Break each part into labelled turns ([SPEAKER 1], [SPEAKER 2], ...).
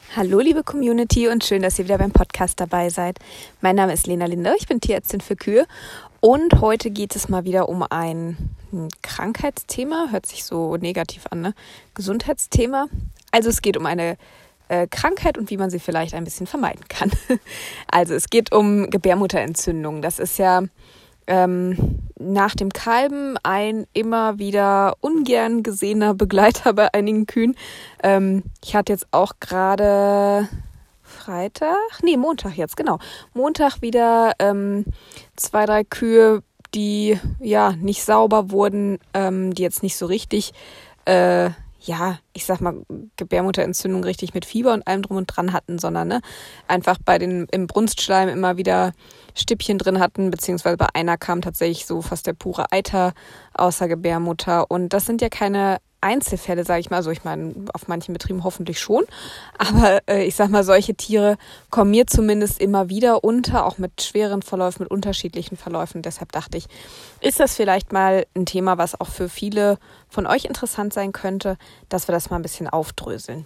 [SPEAKER 1] Hallo liebe Community und schön, dass ihr wieder beim Podcast dabei seid. Mein Name ist Lena Linde, ich bin Tierärztin für Kühe und heute geht es mal wieder um ein Krankheitsthema, hört sich so negativ an, ne? Gesundheitsthema. Also es geht um eine Krankheit und wie man sie vielleicht ein bisschen vermeiden kann. Also es geht um Gebärmutterentzündung. Das ist ja nach dem Kalben ein immer wieder ungern gesehener Begleiter bei einigen Kühen. Ich hatte jetzt auch gerade Montag jetzt, genau. Montag wieder 2-3 Kühe, die ja nicht sauber wurden, die jetzt nicht so richtig, ich sag mal, Gebärmutterentzündung richtig mit Fieber und allem drum und dran hatten, sondern einfach im Brunstschleim immer wieder Stippchen drin hatten, beziehungsweise bei einer kam tatsächlich so fast der pure Eiter aus der Gebärmutter. Und das sind ja keine Einzelfälle, sage ich mal. Also ich meine, auf manchen Betrieben hoffentlich schon. Aber ich sag mal, solche Tiere kommen mir zumindest immer wieder unter, auch mit schweren Verläufen, mit unterschiedlichen Verläufen. Deshalb dachte ich, ist das vielleicht mal ein Thema, was auch für viele von euch interessant sein könnte, dass wir das mal ein bisschen aufdröseln.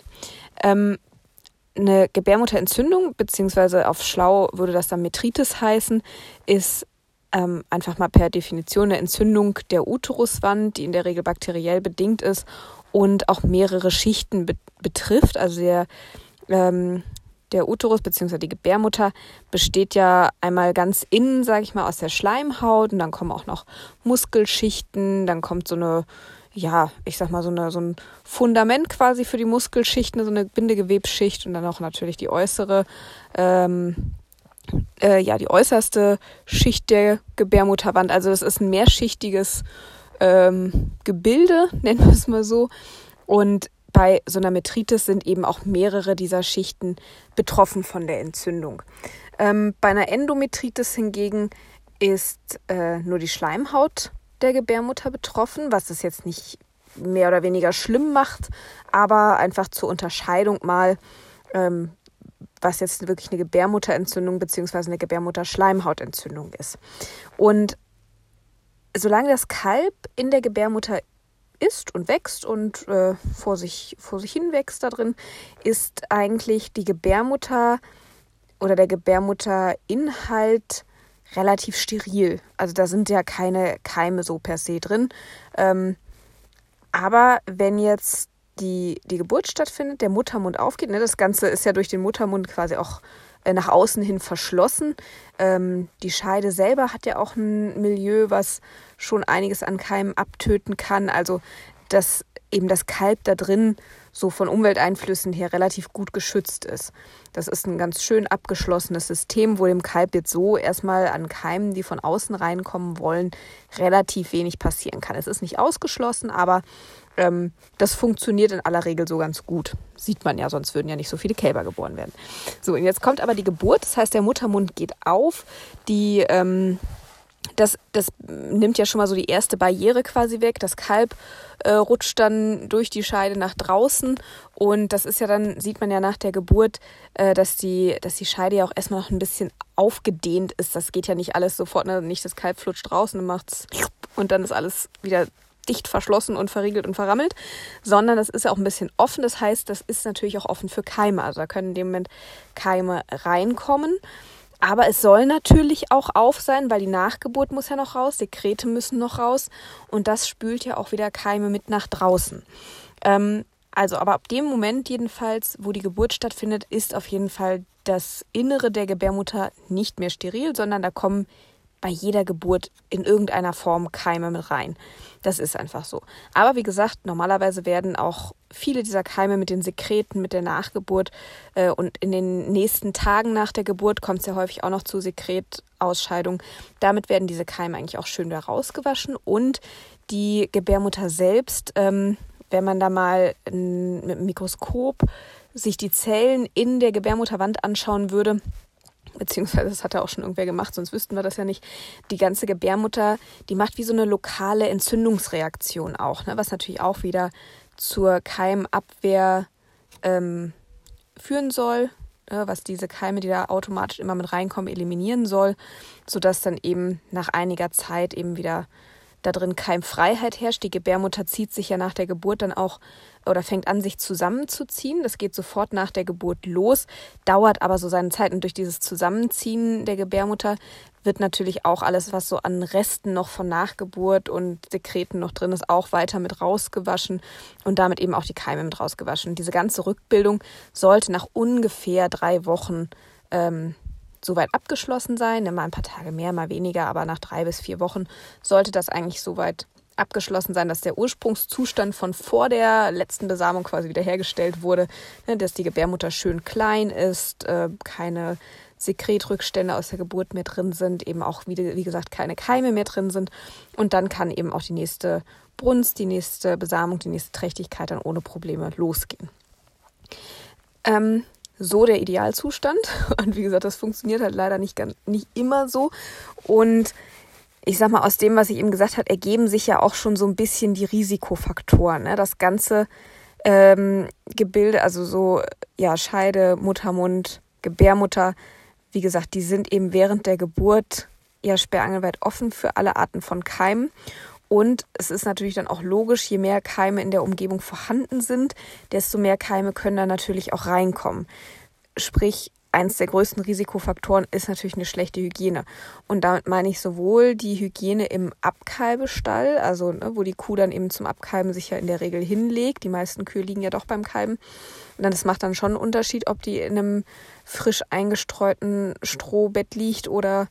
[SPEAKER 1] Eine Gebärmutterentzündung, beziehungsweise auf schlau würde das dann Metritis heißen, ist einfach mal per Definition eine Entzündung der Uteruswand, die in der Regel bakteriell bedingt ist und auch mehrere Schichten betrifft. Also der Uterus bzw. die Gebärmutter besteht ja einmal ganz innen, sage ich mal, aus der Schleimhaut und dann kommen auch noch Muskelschichten, dann kommt so eine, so ein Fundament quasi für die Muskelschichten, so eine Bindegewebsschicht und dann auch natürlich die äußere, die äußerste Schicht der Gebärmutterwand. Also es ist ein mehrschichtiges Gebilde, nennen wir es mal so. Und bei so einer Metritis sind eben auch mehrere dieser Schichten betroffen von der Entzündung. Bei einer Endometritis hingegen ist nur die Schleimhaut der Gebärmutter betroffen, was es jetzt nicht mehr oder weniger schlimm macht, aber einfach zur Unterscheidung mal, was jetzt wirklich eine Gebärmutterentzündung bzw. eine Gebärmutterschleimhautentzündung ist. Und solange das Kalb in der Gebärmutter ist und wächst und vor sich hin wächst da drin, ist eigentlich die Gebärmutter oder der Gebärmutterinhalt relativ steril. Also da sind ja keine Keime so per se drin. Aber wenn jetzt die Geburt stattfindet, der Muttermund aufgeht, das Ganze ist ja durch den Muttermund quasi auch nach außen hin verschlossen. Die Scheide selber hat ja auch ein Milieu, was schon einiges an Keimen abtöten kann. Also dass eben das Kalb da drin so von Umwelteinflüssen her relativ gut geschützt ist. Das ist ein ganz schön abgeschlossenes System, wo dem Kalb jetzt so erstmal an Keimen, die von außen reinkommen wollen, relativ wenig passieren kann. Es ist nicht ausgeschlossen, aber das funktioniert in aller Regel so ganz gut. Sieht man ja, sonst würden ja nicht so viele Kälber geboren werden. So, und jetzt kommt aber die Geburt, das heißt, der Muttermund geht auf, das nimmt ja schon mal so die erste Barriere quasi weg. Das Kalb rutscht dann durch die Scheide nach draußen und das ist ja dann, sieht man ja nach der Geburt, dass die Scheide ja auch erstmal noch ein bisschen aufgedehnt ist. Das geht ja nicht alles sofort, nicht das Kalb flutscht raus und macht's und dann ist alles wieder dicht verschlossen und verriegelt und verrammelt, sondern das ist ja auch ein bisschen offen. Das heißt, das ist natürlich auch offen für Keime. Also da können in dem Moment Keime reinkommen. Aber es soll natürlich auch auf sein, weil die Nachgeburt muss ja noch raus, Sekrete müssen noch raus und das spült ja auch wieder Keime mit nach draußen. Aber ab dem Moment jedenfalls, wo die Geburt stattfindet, ist auf jeden Fall das Innere der Gebärmutter nicht mehr steril, sondern da kommen bei jeder Geburt in irgendeiner Form Keime mit rein. Das ist einfach so. Aber wie gesagt, normalerweise werden auch viele dieser Keime mit den Sekreten, mit der Nachgeburt und in den nächsten Tagen nach der Geburt kommt es ja häufig auch noch zu Sekretausscheidung. Damit werden diese Keime eigentlich auch schön wieder rausgewaschen und die Gebärmutter selbst, wenn man da mal mit dem Mikroskop sich die Zellen in der Gebärmutterwand anschauen würde, beziehungsweise das hat ja auch schon irgendwer gemacht, sonst wüssten wir das ja nicht. Die ganze Gebärmutter, die macht wie so eine lokale Entzündungsreaktion auch, was natürlich auch wieder zur Keimabwehr führen soll, was diese Keime, die da automatisch immer mit reinkommen, eliminieren soll, sodass dann eben nach einiger Zeit eben wieder da drin Keimfreiheit herrscht. Die Gebärmutter zieht sich ja nach der Geburt dann auch oder fängt an, sich zusammenzuziehen. Das geht sofort nach der Geburt los, dauert aber so seine Zeit. Und durch dieses Zusammenziehen der Gebärmutter wird natürlich auch alles, was so an Resten noch von Nachgeburt und Sekreten noch drin ist, auch weiter mit rausgewaschen und damit eben auch die Keime mit rausgewaschen. Und diese ganze Rückbildung sollte nach ungefähr 3 Wochen soweit abgeschlossen sein. Mal ein paar Tage mehr, mal weniger, aber nach 3 bis 4 Wochen sollte das eigentlich soweit abgeschlossen sein, dass der Ursprungszustand von vor der letzten Besamung quasi wiederhergestellt wurde, dass die Gebärmutter schön klein ist, keine Sekretrückstände aus der Geburt mehr drin sind, eben auch, wie gesagt, keine Keime mehr drin sind. Und dann kann eben auch die nächste Brunst, die nächste Besamung, die nächste Trächtigkeit dann ohne Probleme losgehen. So der Idealzustand. Und wie gesagt, das funktioniert halt leider nicht immer so. Und ich sag mal, aus dem, was ich eben gesagt habe, ergeben sich ja auch schon so ein bisschen die Risikofaktoren. Ne? Das ganze Gebilde, also so Scheide, Muttermund, Gebärmutter, wie gesagt, die sind eben während der Geburt ja sperrangelweit offen für alle Arten von Keimen. Und es ist natürlich dann auch logisch, je mehr Keime in der Umgebung vorhanden sind, desto mehr Keime können dann natürlich auch reinkommen. Sprich, eins der größten Risikofaktoren ist natürlich eine schlechte Hygiene. Und damit meine ich sowohl die Hygiene im Abkalbestall, also wo die Kuh dann eben zum Abkalben sich ja in der Regel hinlegt. Die meisten Kühe liegen ja doch beim Kalben. Und das macht dann schon einen Unterschied, ob die in einem frisch eingestreuten Strohbett liegt oder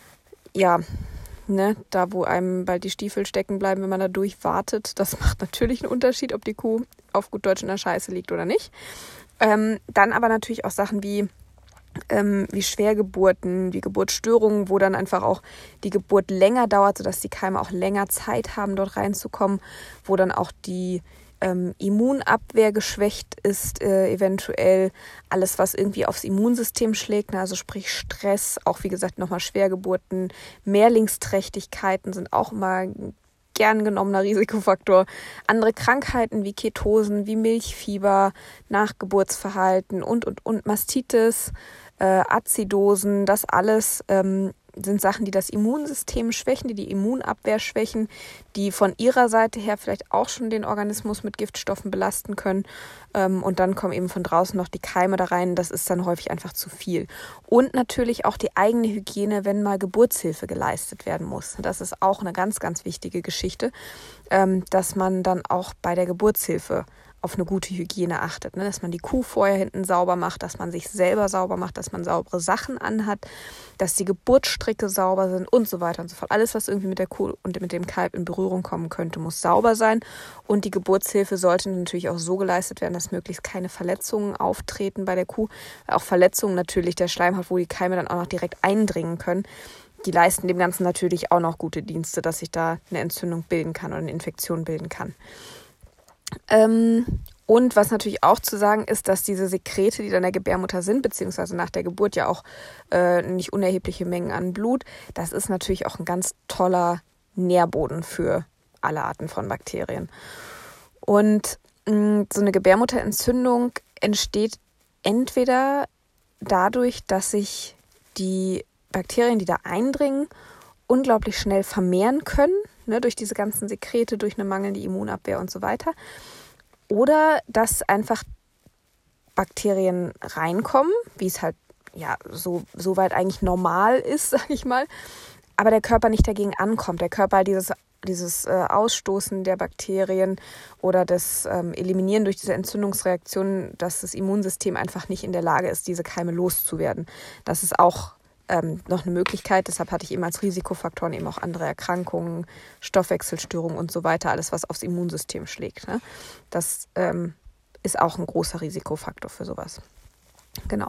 [SPEAKER 1] da wo einem bald die Stiefel stecken bleiben, wenn man da durchwartet. Das macht natürlich einen Unterschied, ob die Kuh auf gut Deutsch in der Scheiße liegt oder nicht. Dann aber natürlich auch Sachen wie Schwergeburten, wie Geburtsstörungen, wo dann einfach auch die Geburt länger dauert, sodass die Keime auch länger Zeit haben, dort reinzukommen, wo dann auch die Immunabwehr geschwächt ist, eventuell alles, was irgendwie aufs Immunsystem schlägt, also sprich Stress, auch wie gesagt nochmal Schwergeburten, Mehrlingsträchtigkeiten sind auch immer gern genommener Risikofaktor. Andere Krankheiten wie Ketosen, wie Milchfieber, Nachgeburtsverhalten und Mastitis, Azidosen, das alles sind Sachen, die das Immunsystem schwächen, die Immunabwehr schwächen, die von ihrer Seite her vielleicht auch schon den Organismus mit Giftstoffen belasten können. Und dann kommen eben von draußen noch die Keime da rein. Das ist dann häufig einfach zu viel. Und natürlich auch die eigene Hygiene, wenn mal Geburtshilfe geleistet werden muss. Das ist auch eine ganz, ganz wichtige Geschichte, dass man dann auch bei der Geburtshilfe auf eine gute Hygiene achtet, dass man die Kuh vorher hinten sauber macht, dass man sich selber sauber macht, dass man saubere Sachen anhat, dass die Geburtsstricke sauber sind und so weiter und so fort. Alles, was irgendwie mit der Kuh und mit dem Kalb in Berührung kommen könnte, muss sauber sein. Und die Geburtshilfe sollte natürlich auch so geleistet werden, dass möglichst keine Verletzungen auftreten bei der Kuh. Auch Verletzungen natürlich der Schleimhaut, wo die Keime dann auch noch direkt eindringen können. Die leisten dem Ganzen natürlich auch noch gute Dienste, dass sich da eine Entzündung bilden kann oder eine Infektion bilden kann. Und was natürlich auch zu sagen ist, dass diese Sekrete, die dann in der Gebärmutter sind, beziehungsweise nach der Geburt ja auch nicht unerhebliche Mengen an Blut, das ist natürlich auch ein ganz toller Nährboden für alle Arten von Bakterien. Und so eine Gebärmutterentzündung entsteht entweder dadurch, dass sich die Bakterien, die da eindringen, unglaublich schnell vermehren können, durch diese ganzen Sekrete, durch eine mangelnde Immunabwehr und so weiter. Oder dass einfach Bakterien reinkommen, wie es halt so weit eigentlich normal ist, sag ich mal, aber der Körper nicht dagegen ankommt. Der Körper halt dieses Ausstoßen der Bakterien oder das Eliminieren durch diese Entzündungsreaktionen, dass das Immunsystem einfach nicht in der Lage ist, diese Keime loszuwerden. Das ist auch noch eine Möglichkeit. Deshalb hatte ich eben als Risikofaktoren eben auch andere Erkrankungen, Stoffwechselstörungen und so weiter, alles, was aufs Immunsystem schlägt. Ne? Das ist auch ein großer Risikofaktor für sowas. Genau.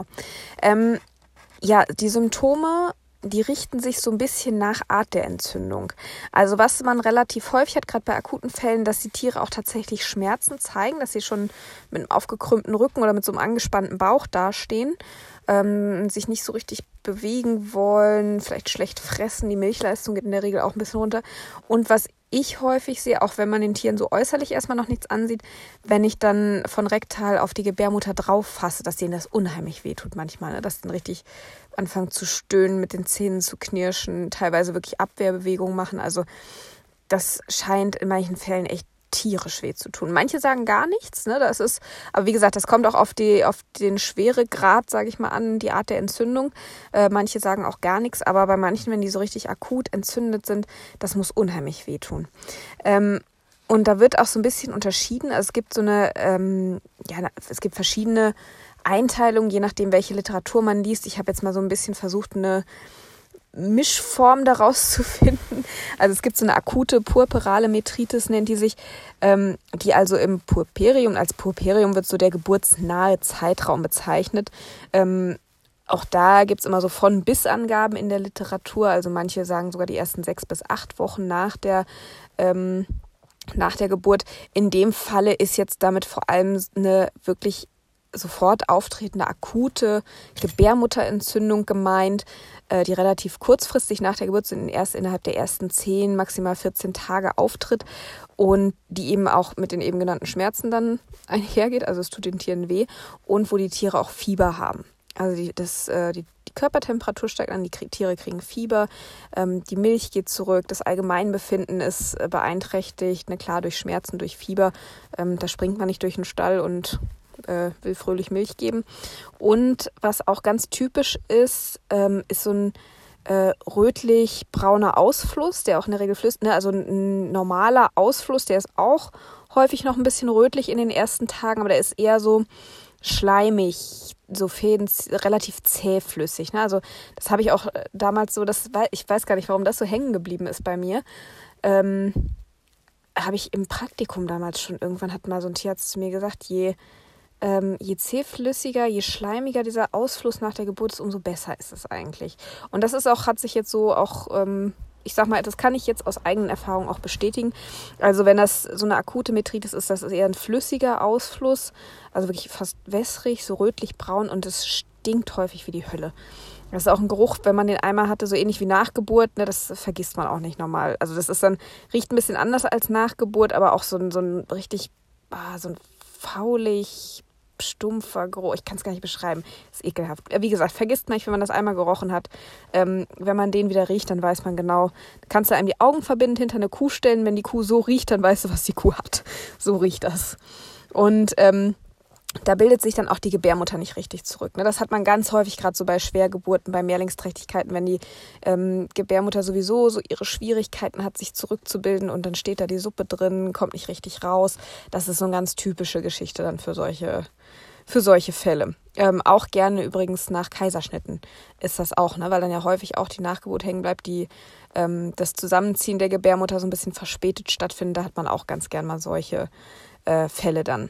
[SPEAKER 1] Die Symptome, die richten sich so ein bisschen nach Art der Entzündung. Also was man relativ häufig hat, gerade bei akuten Fällen, dass die Tiere auch tatsächlich Schmerzen zeigen, dass sie schon mit einem aufgekrümmten Rücken oder mit so einem angespannten Bauch dastehen, sich nicht so richtig bewegen wollen, vielleicht schlecht fressen, die Milchleistung geht in der Regel auch ein bisschen runter. Und was ich häufig sehe, auch wenn man den Tieren so äußerlich erstmal noch nichts ansieht, wenn ich dann von rektal auf die Gebärmutter drauf fasse, dass denen das unheimlich wehtut manchmal, ne? Dass die dann richtig anfangen zu stöhnen, mit den Zähnen zu knirschen, teilweise wirklich Abwehrbewegungen machen. Also das scheint in manchen Fällen echt tierisch weh zu tun. Manche sagen gar nichts, ne? Aber wie gesagt, das kommt auch auf den Schweregrad, sage ich mal, an, die Art der Entzündung. Manche sagen auch gar nichts, aber bei manchen, wenn die so richtig akut entzündet sind, das muss unheimlich wehtun. Und da wird auch so ein bisschen unterschieden. Also es gibt es gibt verschiedene Einteilungen, je nachdem, welche Literatur man liest. Ich habe jetzt mal so ein bisschen versucht, eine Mischform daraus zu finden. Also es gibt so eine akute purpurale Metritis, nennt die sich, die also im Puerperium, als Puerperium wird so der geburtsnahe Zeitraum bezeichnet. Auch da gibt es immer so von bis Angaben in der Literatur. Also manche sagen sogar die ersten 6 bis 8 Wochen nach der Geburt. In dem Falle ist jetzt damit vor allem eine wirklich sofort auftretende akute Gebärmutterentzündung gemeint, die relativ kurzfristig nach der Geburt sind, erst innerhalb der ersten 10, maximal 14 Tage auftritt und die eben auch mit den eben genannten Schmerzen dann einhergeht, also es tut den Tieren weh und wo die Tiere auch Fieber haben. Also die Körpertemperatur steigt an, die Tiere kriegen Fieber, die Milch geht zurück, das Allgemeinbefinden ist beeinträchtigt, klar durch Schmerzen, durch Fieber, da springt man nicht durch den Stall und will fröhlich Milch geben. Und was auch ganz typisch ist so ein rötlich-brauner Ausfluss, der auch in der Regel flüssig, also ein normaler Ausfluss, der ist auch häufig noch ein bisschen rötlich in den ersten Tagen, aber der ist eher so schleimig, so Fäden, relativ zähflüssig. Ne? Also das habe ich auch damals so, ich weiß gar nicht, warum das so hängen geblieben ist bei mir. Habe ich im Praktikum damals schon, irgendwann hat mal so ein Tierarzt zu mir gesagt, je zähflüssiger, je schleimiger dieser Ausfluss nach der Geburt ist, umso besser ist es eigentlich. Und das ist auch, hat sich jetzt so auch, ich sag mal, das kann ich jetzt aus eigenen Erfahrungen auch bestätigen. Also wenn das so eine akute Metritis ist, das ist eher ein flüssiger Ausfluss, also wirklich fast wässrig, so rötlich-braun und es stinkt häufig wie die Hölle. Das ist auch ein Geruch, wenn man den einmal hatte, so ähnlich wie Nachgeburt, ne, das vergisst man auch nicht normal. Also das ist dann, riecht ein bisschen anders als Nachgeburt, aber auch so ein richtig, so ein faulig, stumpfer Geruch. Ich kann es gar nicht beschreiben. Ist ekelhaft. Wie gesagt, vergisst man nicht, wenn man das einmal gerochen hat. Wenn man den wieder riecht, dann weiß man genau. Kannst du einem die Augen verbindend hinter eine Kuh stellen. Wenn die Kuh so riecht, dann weißt du, was die Kuh hat. So riecht das. Und da bildet sich dann auch die Gebärmutter nicht richtig zurück. Ne? Das hat man ganz häufig, gerade so bei Schwergeburten, bei Mehrlingsträchtigkeiten, wenn die Gebärmutter sowieso so ihre Schwierigkeiten hat, sich zurückzubilden und dann steht da die Suppe drin, kommt nicht richtig raus. Das ist so eine ganz typische Geschichte dann für solche Fälle. Auch gerne übrigens nach Kaiserschnitten ist das auch, ne? Weil dann ja häufig auch die Nachgeburt hängen bleibt, das Zusammenziehen der Gebärmutter so ein bisschen verspätet stattfindet. Da hat man auch ganz gern mal solche Fälle dann.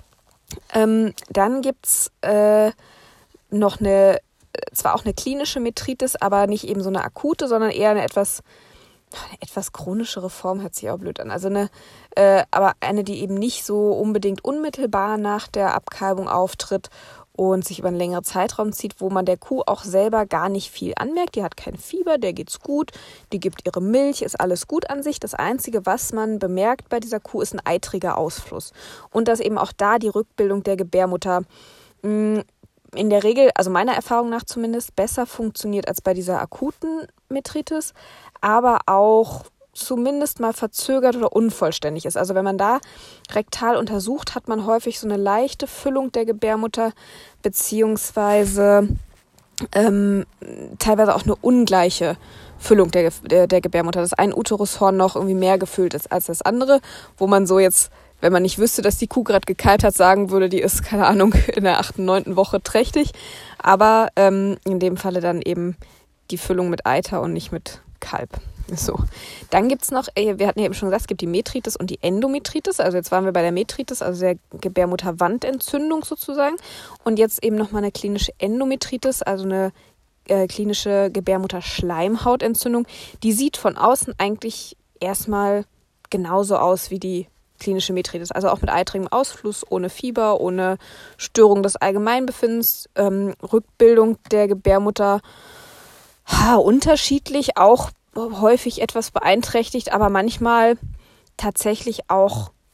[SPEAKER 1] Dann gibt's noch zwar auch eine klinische Metritis, aber nicht eben so eine akute, sondern eher eine etwas chronischere Form, hört sich auch blöd an. Also aber eine, die eben nicht so unbedingt unmittelbar nach der Abkalbung auftritt und sich über einen längeren Zeitraum zieht, wo man der Kuh auch selber gar nicht viel anmerkt. Die hat kein Fieber, der geht's gut, die gibt ihre Milch, ist alles gut an sich. Das Einzige, was man bemerkt bei dieser Kuh, ist ein eitriger Ausfluss. Und dass eben auch da die Rückbildung der Gebärmutter in der Regel, also meiner Erfahrung nach zumindest, besser funktioniert als bei dieser akuten Metritis, aber auch zumindest mal verzögert oder unvollständig ist. Also wenn man da rektal untersucht, hat man häufig so eine leichte Füllung der Gebärmutter, beziehungsweise teilweise auch eine ungleiche Füllung der Gebärmutter, dass ein Uterushorn noch irgendwie mehr gefüllt ist als das andere, wo man so jetzt, wenn man nicht wüsste, dass die Kuh gerade gekalbt hat, sagen würde, die ist, keine Ahnung, in der 8., 9. Woche trächtig. Aber in dem Falle dann eben die Füllung mit Eiter und nicht mit Kalb. So. Dann gibt's noch, wir hatten ja eben schon gesagt, es gibt die Metritis und die Endometritis. Also jetzt waren wir bei der Metritis, also der Gebärmutterwandentzündung sozusagen. Und jetzt eben nochmal eine klinische Endometritis, also eine klinische Gebärmutterschleimhautentzündung. Die sieht von außen eigentlich erstmal genauso aus wie die klinische Metritis. Also auch mit eitrigem Ausfluss, ohne Fieber, ohne Störung des Allgemeinbefindens, Rückbildung der Gebärmutter. Unterschiedlich, auch häufig etwas beeinträchtigt, aber manchmal tatsächlich auch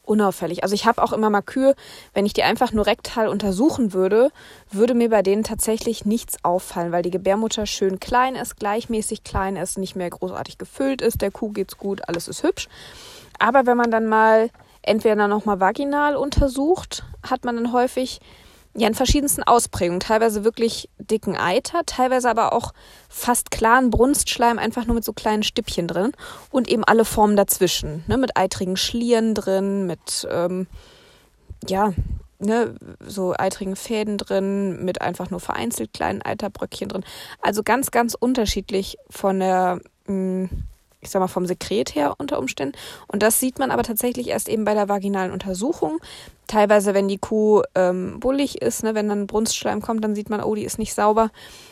[SPEAKER 1] unauffällig. Also ich habe auch immer mal Kühe, wenn ich die einfach nur rektal untersuchen würde, würde mir bei denen tatsächlich nichts auffallen, weil die Gebärmutter schön klein ist, gleichmäßig klein ist, nicht mehr großartig gefüllt ist, der Kuh geht's gut, alles ist hübsch. Aber wenn man dann mal entweder nochmal vaginal untersucht, hat man dann häufig in verschiedensten Ausprägungen, teilweise wirklich dicken Eiter, teilweise aber auch fast klaren Brunstschleim, einfach nur mit so kleinen Stippchen drin und eben alle Formen dazwischen, ne, mit eitrigen Schlieren drin, mit so eitrigen Fäden drin, mit einfach nur vereinzelt kleinen Eiterbröckchen drin. Also ganz, ganz unterschiedlich von der vom Sekret her unter Umständen. Und das sieht man aber tatsächlich erst eben bei der vaginalen Untersuchung. Teilweise, wenn die Kuh bullig ist, ne, wenn dann Brunstschleim kommt, dann sieht man, oh, die ist nicht sauber.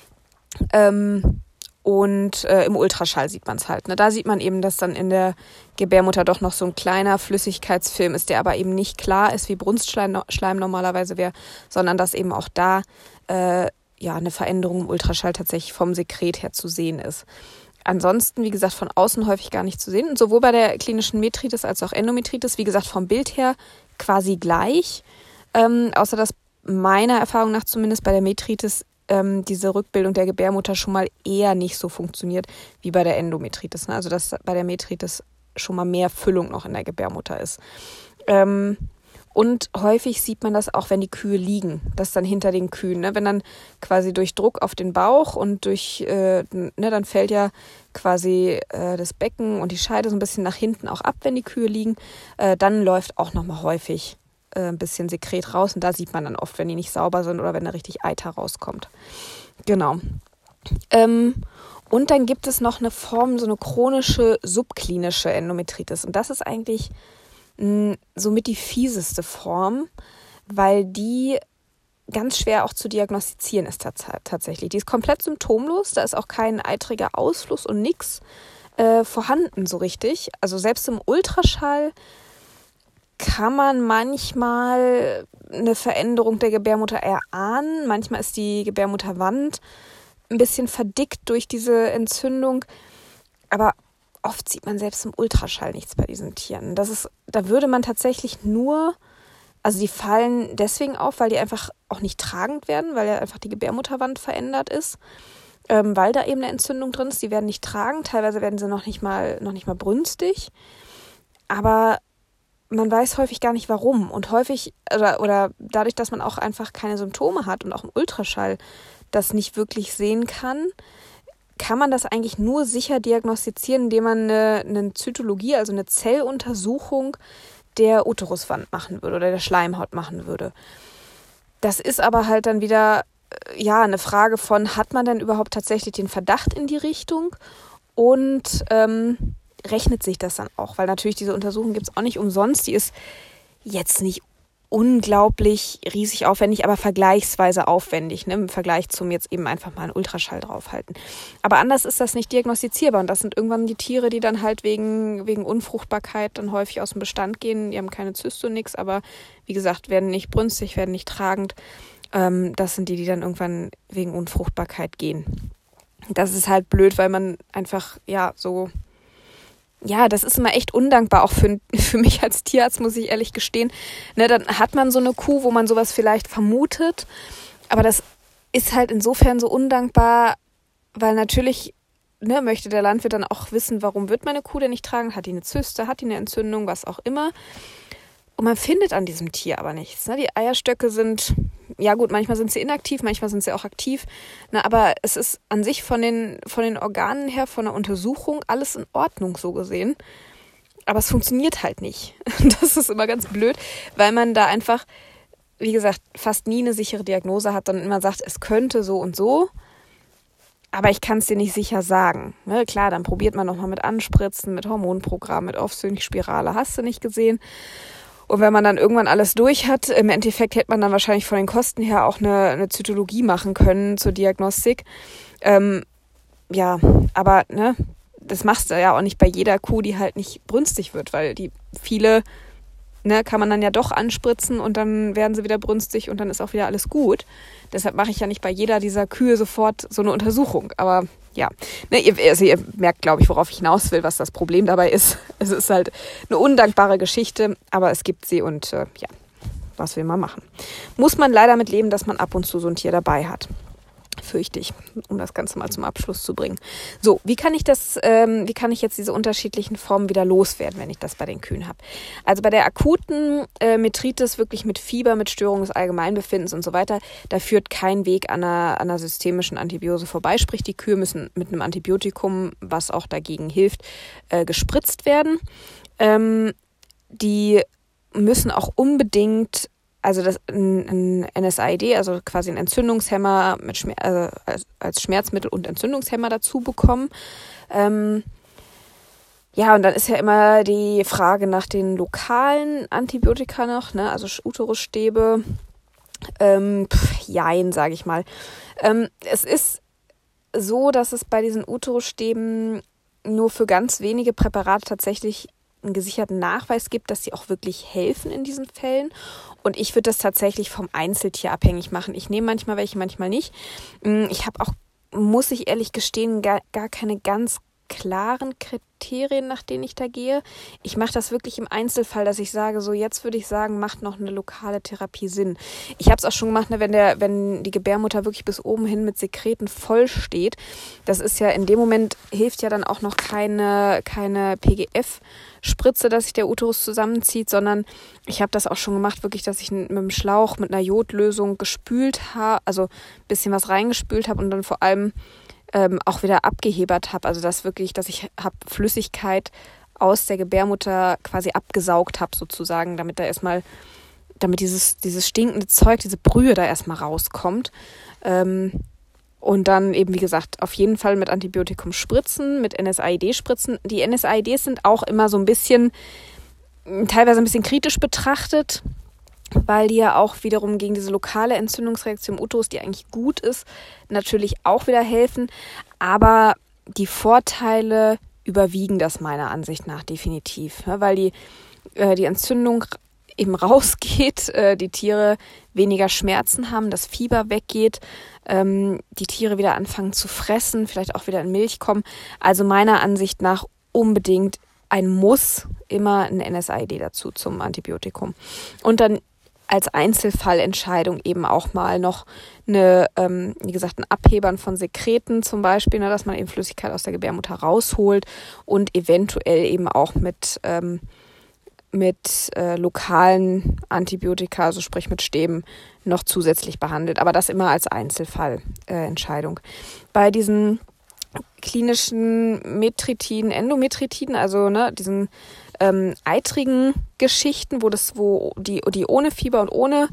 [SPEAKER 1] Und im Ultraschall sieht man es halt. Ne? Da sieht man eben, dass dann in der Gebärmutter doch noch so ein kleiner Flüssigkeitsfilm ist, der aber eben nicht klar ist, wie Brunstschleim normalerweise wäre, sondern dass eben auch da eine Veränderung im Ultraschall tatsächlich vom Sekret her zu sehen ist. Ansonsten, wie gesagt, von außen häufig gar nicht zu sehen. Und sowohl bei der klinischen Metritis als auch Endometritis, wie gesagt, vom Bild her quasi gleich. Außer dass meiner Erfahrung nach zumindest bei der Metritis diese Rückbildung der Gebärmutter schon mal eher nicht so funktioniert wie bei der Endometritis. Ne? Also dass bei der Metritis schon mal mehr Füllung noch in der Gebärmutter ist. Und häufig sieht man das auch, wenn die Kühe liegen, das dann hinter den Kühen, ne? Wenn dann quasi durch Druck auf den Bauch und dann fällt ja quasi das Becken und die Scheide so ein bisschen nach hinten auch ab, wenn die Kühe liegen, dann läuft auch nochmal häufig ein bisschen Sekret raus und da sieht man dann oft, wenn die nicht sauber sind oder wenn da richtig Eiter rauskommt. Genau. Und dann gibt es noch eine Form, so eine chronische subklinische Endometritis und das ist eigentlich somit die fieseste Form, weil die ganz schwer auch zu diagnostizieren ist tatsächlich. Die ist komplett symptomlos, da ist auch kein eitriger Ausfluss und nichts vorhanden so richtig. Also selbst im Ultraschall kann man manchmal eine Veränderung der Gebärmutter erahnen. Manchmal ist die Gebärmutterwand ein bisschen verdickt durch diese Entzündung, aber oft sieht man selbst im Ultraschall nichts bei diesen Tieren. Da würde man tatsächlich also die fallen deswegen auf, weil die einfach auch nicht tragend werden, weil ja einfach die Gebärmutterwand verändert ist, weil da eben eine Entzündung drin ist. Die werden nicht tragend, teilweise werden sie noch nicht mal brünstig, aber man weiß häufig gar nicht warum und häufig oder dadurch, dass man auch einfach keine Symptome hat und auch im Ultraschall das nicht wirklich sehen kann man das eigentlich nur sicher diagnostizieren, indem man eine Zytologie, also eine Zelluntersuchung der Uteruswand machen würde oder der Schleimhaut machen würde. Das ist aber halt dann wieder eine Frage von, hat man denn überhaupt tatsächlich den Verdacht in die Richtung und rechnet sich das dann auch? Weil natürlich diese Untersuchung gibt es auch nicht umsonst, die ist jetzt nicht unglaublich riesig aufwendig, aber vergleichsweise aufwendig, ne, im Vergleich zum jetzt eben einfach mal einen Ultraschall draufhalten. Aber anders ist das nicht diagnostizierbar und das sind irgendwann die Tiere, die dann halt wegen Unfruchtbarkeit dann häufig aus dem Bestand gehen. Die haben keine Zyste und nichts, aber wie gesagt, werden nicht brünstig, werden nicht tragend. Das sind die dann irgendwann wegen Unfruchtbarkeit gehen. Das ist halt blöd, weil man einfach das ist immer echt undankbar, auch für mich als Tierarzt, muss ich ehrlich gestehen. Ne, dann hat man so eine Kuh, wo man sowas vielleicht vermutet, aber das ist halt insofern so undankbar, weil natürlich möchte der Landwirt dann auch wissen, warum wird meine Kuh denn nicht tragend? Hat die eine Zyste, hat die eine Entzündung, was auch immer. Und man findet an diesem Tier aber nichts. Ne? Die Eierstöcke sind, manchmal sind sie inaktiv, manchmal sind sie auch aktiv. Aber es ist an sich von den Organen her, von der Untersuchung, alles in Ordnung so gesehen. Aber es funktioniert halt nicht. Das ist immer ganz blöd, weil man da einfach, wie gesagt, fast nie eine sichere Diagnose hat, sondern immer sagt, es könnte so und so. Aber ich kann es dir nicht sicher sagen. Ne? Klar, dann probiert man nochmal mit Anspritzen, mit Hormonprogramm, mit Aufsync-Spirale, hast du nicht gesehen. Und wenn man dann irgendwann alles durch hat, im Endeffekt hätte man dann wahrscheinlich von den Kosten her auch eine Zytologie machen können zur Diagnostik. Aber das machst du ja auch nicht bei jeder Kuh, die halt nicht brünstig wird, weil die viele kann man dann ja doch anspritzen und dann werden sie wieder brünstig und dann ist auch wieder alles gut. Deshalb mache ich ja nicht bei jeder dieser Kühe sofort so eine Untersuchung. Aber ja, ihr merkt, glaube ich, worauf ich hinaus will, was das Problem dabei ist. Es ist halt eine undankbare Geschichte, aber es gibt sie und was will man machen? Muss man leider mit leben, dass man ab und zu so ein Tier dabei hat. Fürchte ich, um das Ganze mal zum Abschluss zu bringen. So, wie kann ich jetzt diese unterschiedlichen Formen wieder loswerden, wenn ich das bei den Kühen habe? Also bei der akuten Metritis, wirklich mit Fieber, mit Störung des Allgemeinbefindens und so weiter, da führt kein Weg an einer systemischen Antibiose vorbei. Sprich, die Kühe müssen mit einem Antibiotikum, was auch dagegen hilft, gespritzt werden. Die müssen auch unbedingt, also ein NSAID, also quasi ein Entzündungshemmer als Schmerzmittel und Entzündungshemmer dazu bekommen. Und dann ist ja immer die Frage nach den lokalen Antibiotika noch, also Uterusstäbe. Jein, sage ich mal. Es ist so, dass es bei diesen Uterusstäben nur für ganz wenige Präparate tatsächlich einen gesicherten Nachweis gibt, dass sie auch wirklich helfen in diesen Fällen. Und ich würde das tatsächlich vom Einzeltier abhängig machen. Ich nehme manchmal welche, manchmal nicht. Ich habe auch, muss ich ehrlich gestehen, gar keine ganz klaren Kriterien, nach denen ich da gehe. Ich mache das wirklich im Einzelfall, dass ich sage, so jetzt würde ich sagen, macht noch eine lokale Therapie Sinn. Ich habe es auch schon gemacht, wenn die Gebärmutter wirklich bis oben hin mit Sekreten voll steht. Das ist ja in dem Moment, hilft ja dann auch noch keine PGF-Spritze, dass sich der Uterus zusammenzieht, sondern ich habe das auch schon gemacht, wirklich, dass ich mit dem Schlauch mit einer Jodlösung gespült habe, also ein bisschen was reingespült habe und dann vor allem auch wieder abgehebert habe. Also dass ich Flüssigkeit aus der Gebärmutter quasi abgesaugt habe sozusagen, damit dieses stinkende Zeug, diese Brühe da erstmal rauskommt. Und dann eben, wie gesagt, auf jeden Fall mit Antibiotikum spritzen, mit NSAID spritzen. Die NSAIDs sind auch immer so teilweise ein bisschen kritisch betrachtet, weil die ja auch wiederum gegen diese lokale Entzündungsreaktion im Uterus, die eigentlich gut ist, natürlich auch wieder helfen. Aber die Vorteile überwiegen das meiner Ansicht nach definitiv, weil die Entzündung eben rausgeht, die Tiere weniger Schmerzen haben, das Fieber weggeht, die Tiere wieder anfangen zu fressen, vielleicht auch wieder in Milch kommen. Also meiner Ansicht nach unbedingt ein Muss, immer ein NSAID dazu zum Antibiotikum. Und dann als Einzelfallentscheidung eben auch mal noch ein Abhebern von Sekreten zum Beispiel, dass man eben Flüssigkeit aus der Gebärmutter rausholt und eventuell eben auch mit lokalen Antibiotika, also sprich mit Stäben, noch zusätzlich behandelt. Aber das immer als Einzelfallentscheidung. Bei diesen klinischen Metritiden, Endometritiden, also diesen eitrigen Geschichten, wo die ohne Fieber und ohne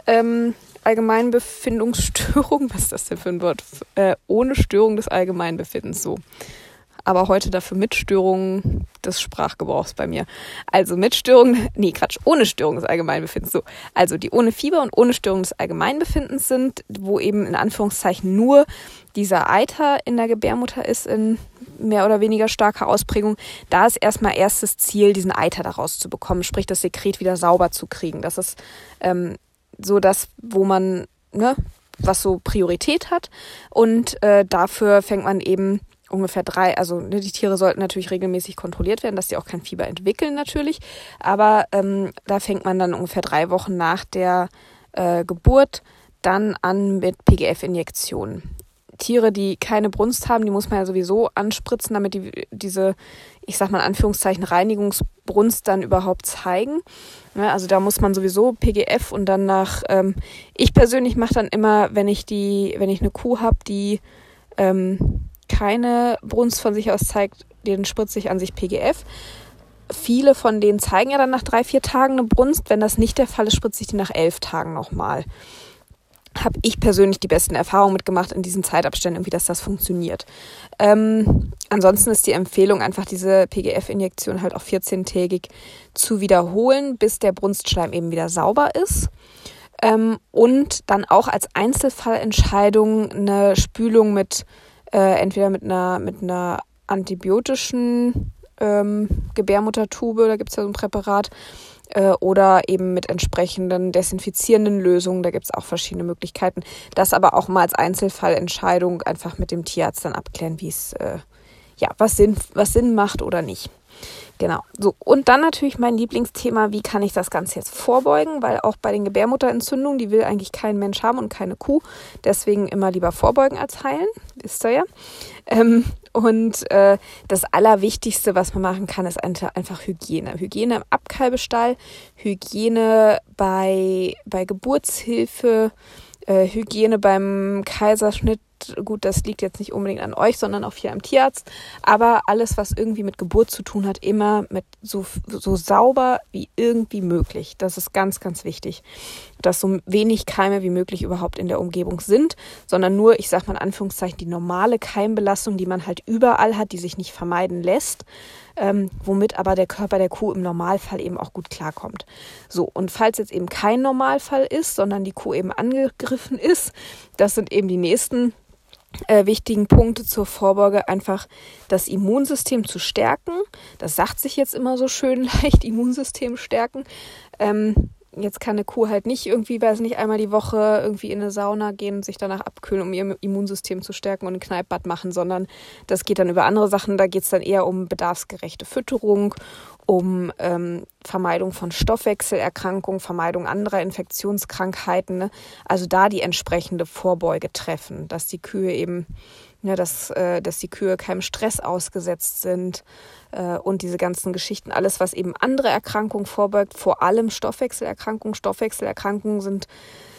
[SPEAKER 1] Allgemeinbefindungsstörung, was ist das denn für ein Wort? Ohne Störung des Allgemeinbefindens, so. Aber heute dafür mit Störungen des Sprachgebrauchs bei mir. Also ohne Störung des Allgemeinbefindens. So. Also die ohne Fieber und ohne Störung des Allgemeinbefindens sind, wo eben in Anführungszeichen nur dieser Eiter in der Gebärmutter ist in mehr oder weniger starker Ausprägung. Da ist erstmal erstes Ziel, diesen Eiter daraus zu bekommen, sprich das Sekret wieder sauber zu kriegen. Das ist so das, wo man, was so Priorität hat. Und dafür fängt man eben ungefähr die Tiere sollten natürlich regelmäßig kontrolliert werden, dass die auch kein Fieber entwickeln natürlich, aber da fängt man dann ungefähr 3 Wochen nach der Geburt dann an mit PGF-Injektionen. Tiere, die keine Brunst haben, die muss man ja sowieso anspritzen, damit diese, ich sag mal in Anführungszeichen, Reinigungsbrunst dann überhaupt zeigen. Ja, also da muss man sowieso PGF und dann ich persönlich mache dann immer, wenn ich eine Kuh habe, die keine Brunst von sich aus zeigt, den spritze ich an sich PGF. Viele von denen zeigen ja dann nach 3-4 Tagen eine Brunst. Wenn das nicht der Fall ist, spritze ich die nach 11 Tagen nochmal. Habe ich persönlich die besten Erfahrungen mitgemacht in diesen Zeitabständen, dass das funktioniert. Ansonsten ist die Empfehlung, einfach diese PGF-Injektion halt auch 14-tägig zu wiederholen, bis der Brunstschleim eben wieder sauber ist. Und dann auch als Einzelfallentscheidung eine Spülung entweder mit einer antibiotischen Gebärmuttertube, da gibt es ja so ein Präparat, oder eben mit entsprechenden desinfizierenden Lösungen. Da gibt es auch verschiedene Möglichkeiten. Das aber auch mal als Einzelfallentscheidung einfach mit dem Tierarzt dann abklären, wie es was Sinn macht oder nicht. Genau. So, und dann natürlich mein Lieblingsthema, wie kann ich das Ganze jetzt vorbeugen? Weil auch bei den Gebärmutterentzündungen, die will eigentlich kein Mensch haben und keine Kuh. Deswegen immer lieber vorbeugen als heilen, wisst ihr ja. Das Allerwichtigste, was man machen kann, ist einfach Hygiene. Hygiene im Abkalbestall, Hygiene bei Geburtshilfe, Hygiene beim Kaiserschnitt. Gut, das liegt jetzt nicht unbedingt an euch, sondern auch hier am Tierarzt. Aber alles, was irgendwie mit Geburt zu tun hat, immer mit so sauber wie irgendwie möglich. Das ist ganz, ganz wichtig, dass so wenig Keime wie möglich überhaupt in der Umgebung sind, sondern nur, ich sage mal in Anführungszeichen, die normale Keimbelastung, die man halt überall hat, die sich nicht vermeiden lässt, womit aber der Körper der Kuh im Normalfall eben auch gut klarkommt. So, und falls jetzt eben kein Normalfall ist, sondern die Kuh eben angegriffen ist, das sind eben die nächsten wichtigen Punkte zur Vorbeuge, einfach das Immunsystem zu stärken. Das sagt sich jetzt immer so schön leicht, Immunsystem stärken. Jetzt kann eine Kuh halt nicht irgendwie, weiß nicht, einmal die Woche irgendwie in eine Sauna gehen und sich danach abkühlen, um ihr Immunsystem zu stärken und ein Kneippbad machen, sondern das geht dann über andere Sachen. Da geht es dann eher um bedarfsgerechte Fütterung, um Vermeidung von Stoffwechselerkrankungen, Vermeidung anderer Infektionskrankheiten. Ne? Also da die entsprechende Vorbeuge treffen, dass die Kühe eben, dass die Kühe keinem Stress ausgesetzt sind und diese ganzen Geschichten, alles, was eben andere Erkrankungen vorbeugt, vor allem Stoffwechselerkrankungen. Stoffwechselerkrankungen sind,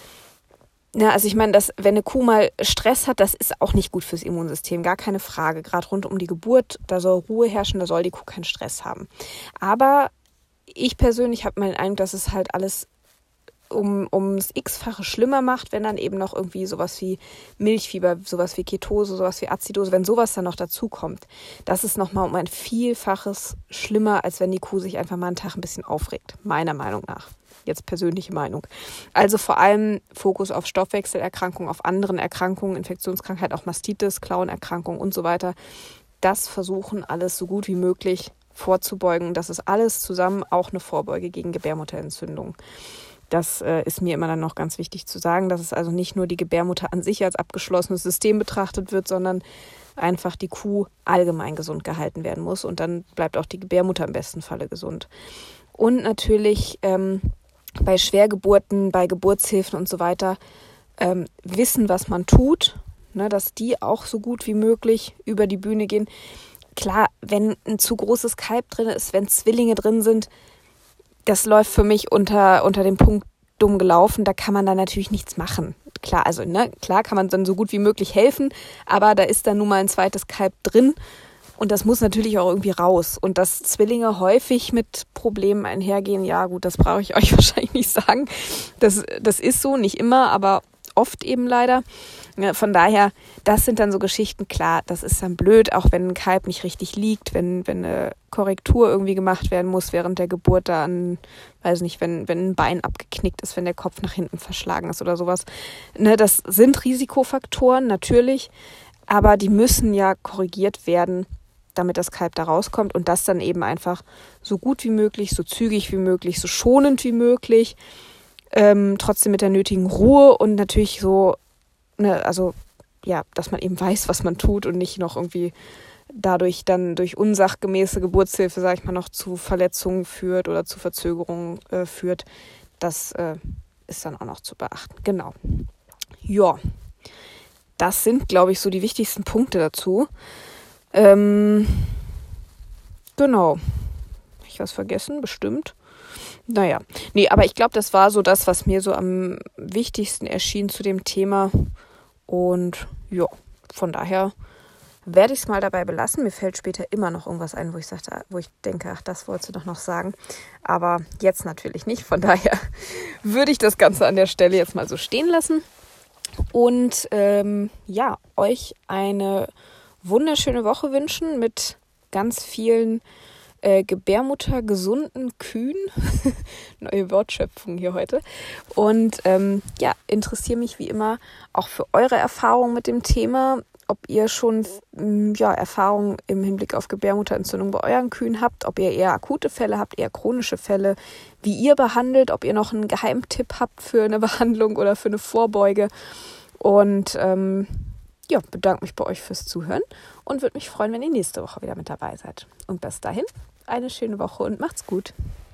[SPEAKER 1] also ich meine, wenn eine Kuh mal Stress hat, das ist auch nicht gut fürs Immunsystem, gar keine Frage. Gerade rund um die Geburt, da soll Ruhe herrschen, da soll die Kuh keinen Stress haben. Aber ich persönlich habe meinen Eindruck, dass es halt alles ums x-fache schlimmer macht, wenn dann eben noch irgendwie sowas wie Milchfieber, sowas wie Ketose, sowas wie Azidose, wenn sowas dann noch dazu kommt. Das ist nochmal um ein Vielfaches schlimmer, als wenn die Kuh sich einfach mal einen Tag ein bisschen aufregt, meiner Meinung nach. Jetzt persönliche Meinung. Also vor allem Fokus auf Stoffwechselerkrankungen, auf anderen Erkrankungen, Infektionskrankheit, auch Mastitis, Klauenerkrankungen und so weiter. Das versuchen alles so gut wie möglich vorzubeugen. Das ist alles zusammen auch eine Vorbeuge gegen Gebärmutterentzündung. Das ist mir immer dann noch ganz wichtig zu sagen, dass es also nicht nur die Gebärmutter an sich als abgeschlossenes System betrachtet wird, sondern einfach die Kuh allgemein gesund gehalten werden muss. Und dann bleibt auch die Gebärmutter im besten Falle gesund. Und natürlich bei Schwergeburten, bei Geburtshilfen und so weiter wissen, was man tut, ne, dass die auch so gut wie möglich über die Bühne gehen. Klar, wenn ein zu großes Kalb drin ist, wenn Zwillinge drin sind, das läuft für mich unter dem Punkt dumm gelaufen. Da kann man dann natürlich nichts machen. Klar, klar kann man dann so gut wie möglich helfen, aber da ist dann nun mal ein zweites Kalb drin und das muss natürlich auch irgendwie raus. Und dass Zwillinge häufig mit Problemen einhergehen, ja gut, das brauche ich euch wahrscheinlich nicht sagen. Das ist so, nicht immer, aber oft eben leider. Ja, von daher, das sind dann so Geschichten, klar, das ist dann blöd, auch wenn ein Kalb nicht richtig liegt, wenn eine Korrektur irgendwie gemacht werden muss während der Geburt, wenn ein Bein abgeknickt ist, wenn der Kopf nach hinten verschlagen ist oder sowas. Ne, das sind Risikofaktoren, natürlich, aber die müssen ja korrigiert werden, damit das Kalb da rauskommt und das dann eben einfach so gut wie möglich, so zügig wie möglich, so schonend wie möglich, trotzdem mit der nötigen Ruhe und natürlich so, dass man eben weiß, was man tut und nicht noch irgendwie dadurch dann durch unsachgemäße Geburtshilfe, sage ich mal, noch zu Verletzungen führt oder zu Verzögerungen führt. Das ist dann auch noch zu beachten. Genau. Ja, das sind, glaube ich, so die wichtigsten Punkte dazu. Genau. Habe ich was vergessen? Bestimmt. Naja, nee, aber ich glaube, das war so das, was mir so am wichtigsten erschien zu dem Thema. Und ja, von daher werde ich es mal dabei belassen. Mir fällt später immer noch irgendwas ein, wo ich denke, ach, das wolltest du doch noch sagen. Aber jetzt natürlich nicht. Von daher würde ich das Ganze an der Stelle jetzt mal so stehen lassen. Und euch eine wunderschöne Woche wünschen mit ganz vielen gebärmuttergesunden Kühen. Neue Wortschöpfung hier heute. Und interessiere mich wie immer auch für eure Erfahrungen mit dem Thema ob ihr schon Erfahrungen im Hinblick auf Gebärmutterentzündung bei euren Kühen habt, ob ihr eher akute Fälle habt, eher chronische Fälle, wie ihr behandelt, ob ihr noch einen Geheimtipp habt für eine Behandlung oder für eine Vorbeuge. Und bedanke mich bei euch fürs Zuhören und würde mich freuen, wenn ihr nächste Woche wieder mit dabei seid. Und bis dahin, eine schöne Woche und macht's gut.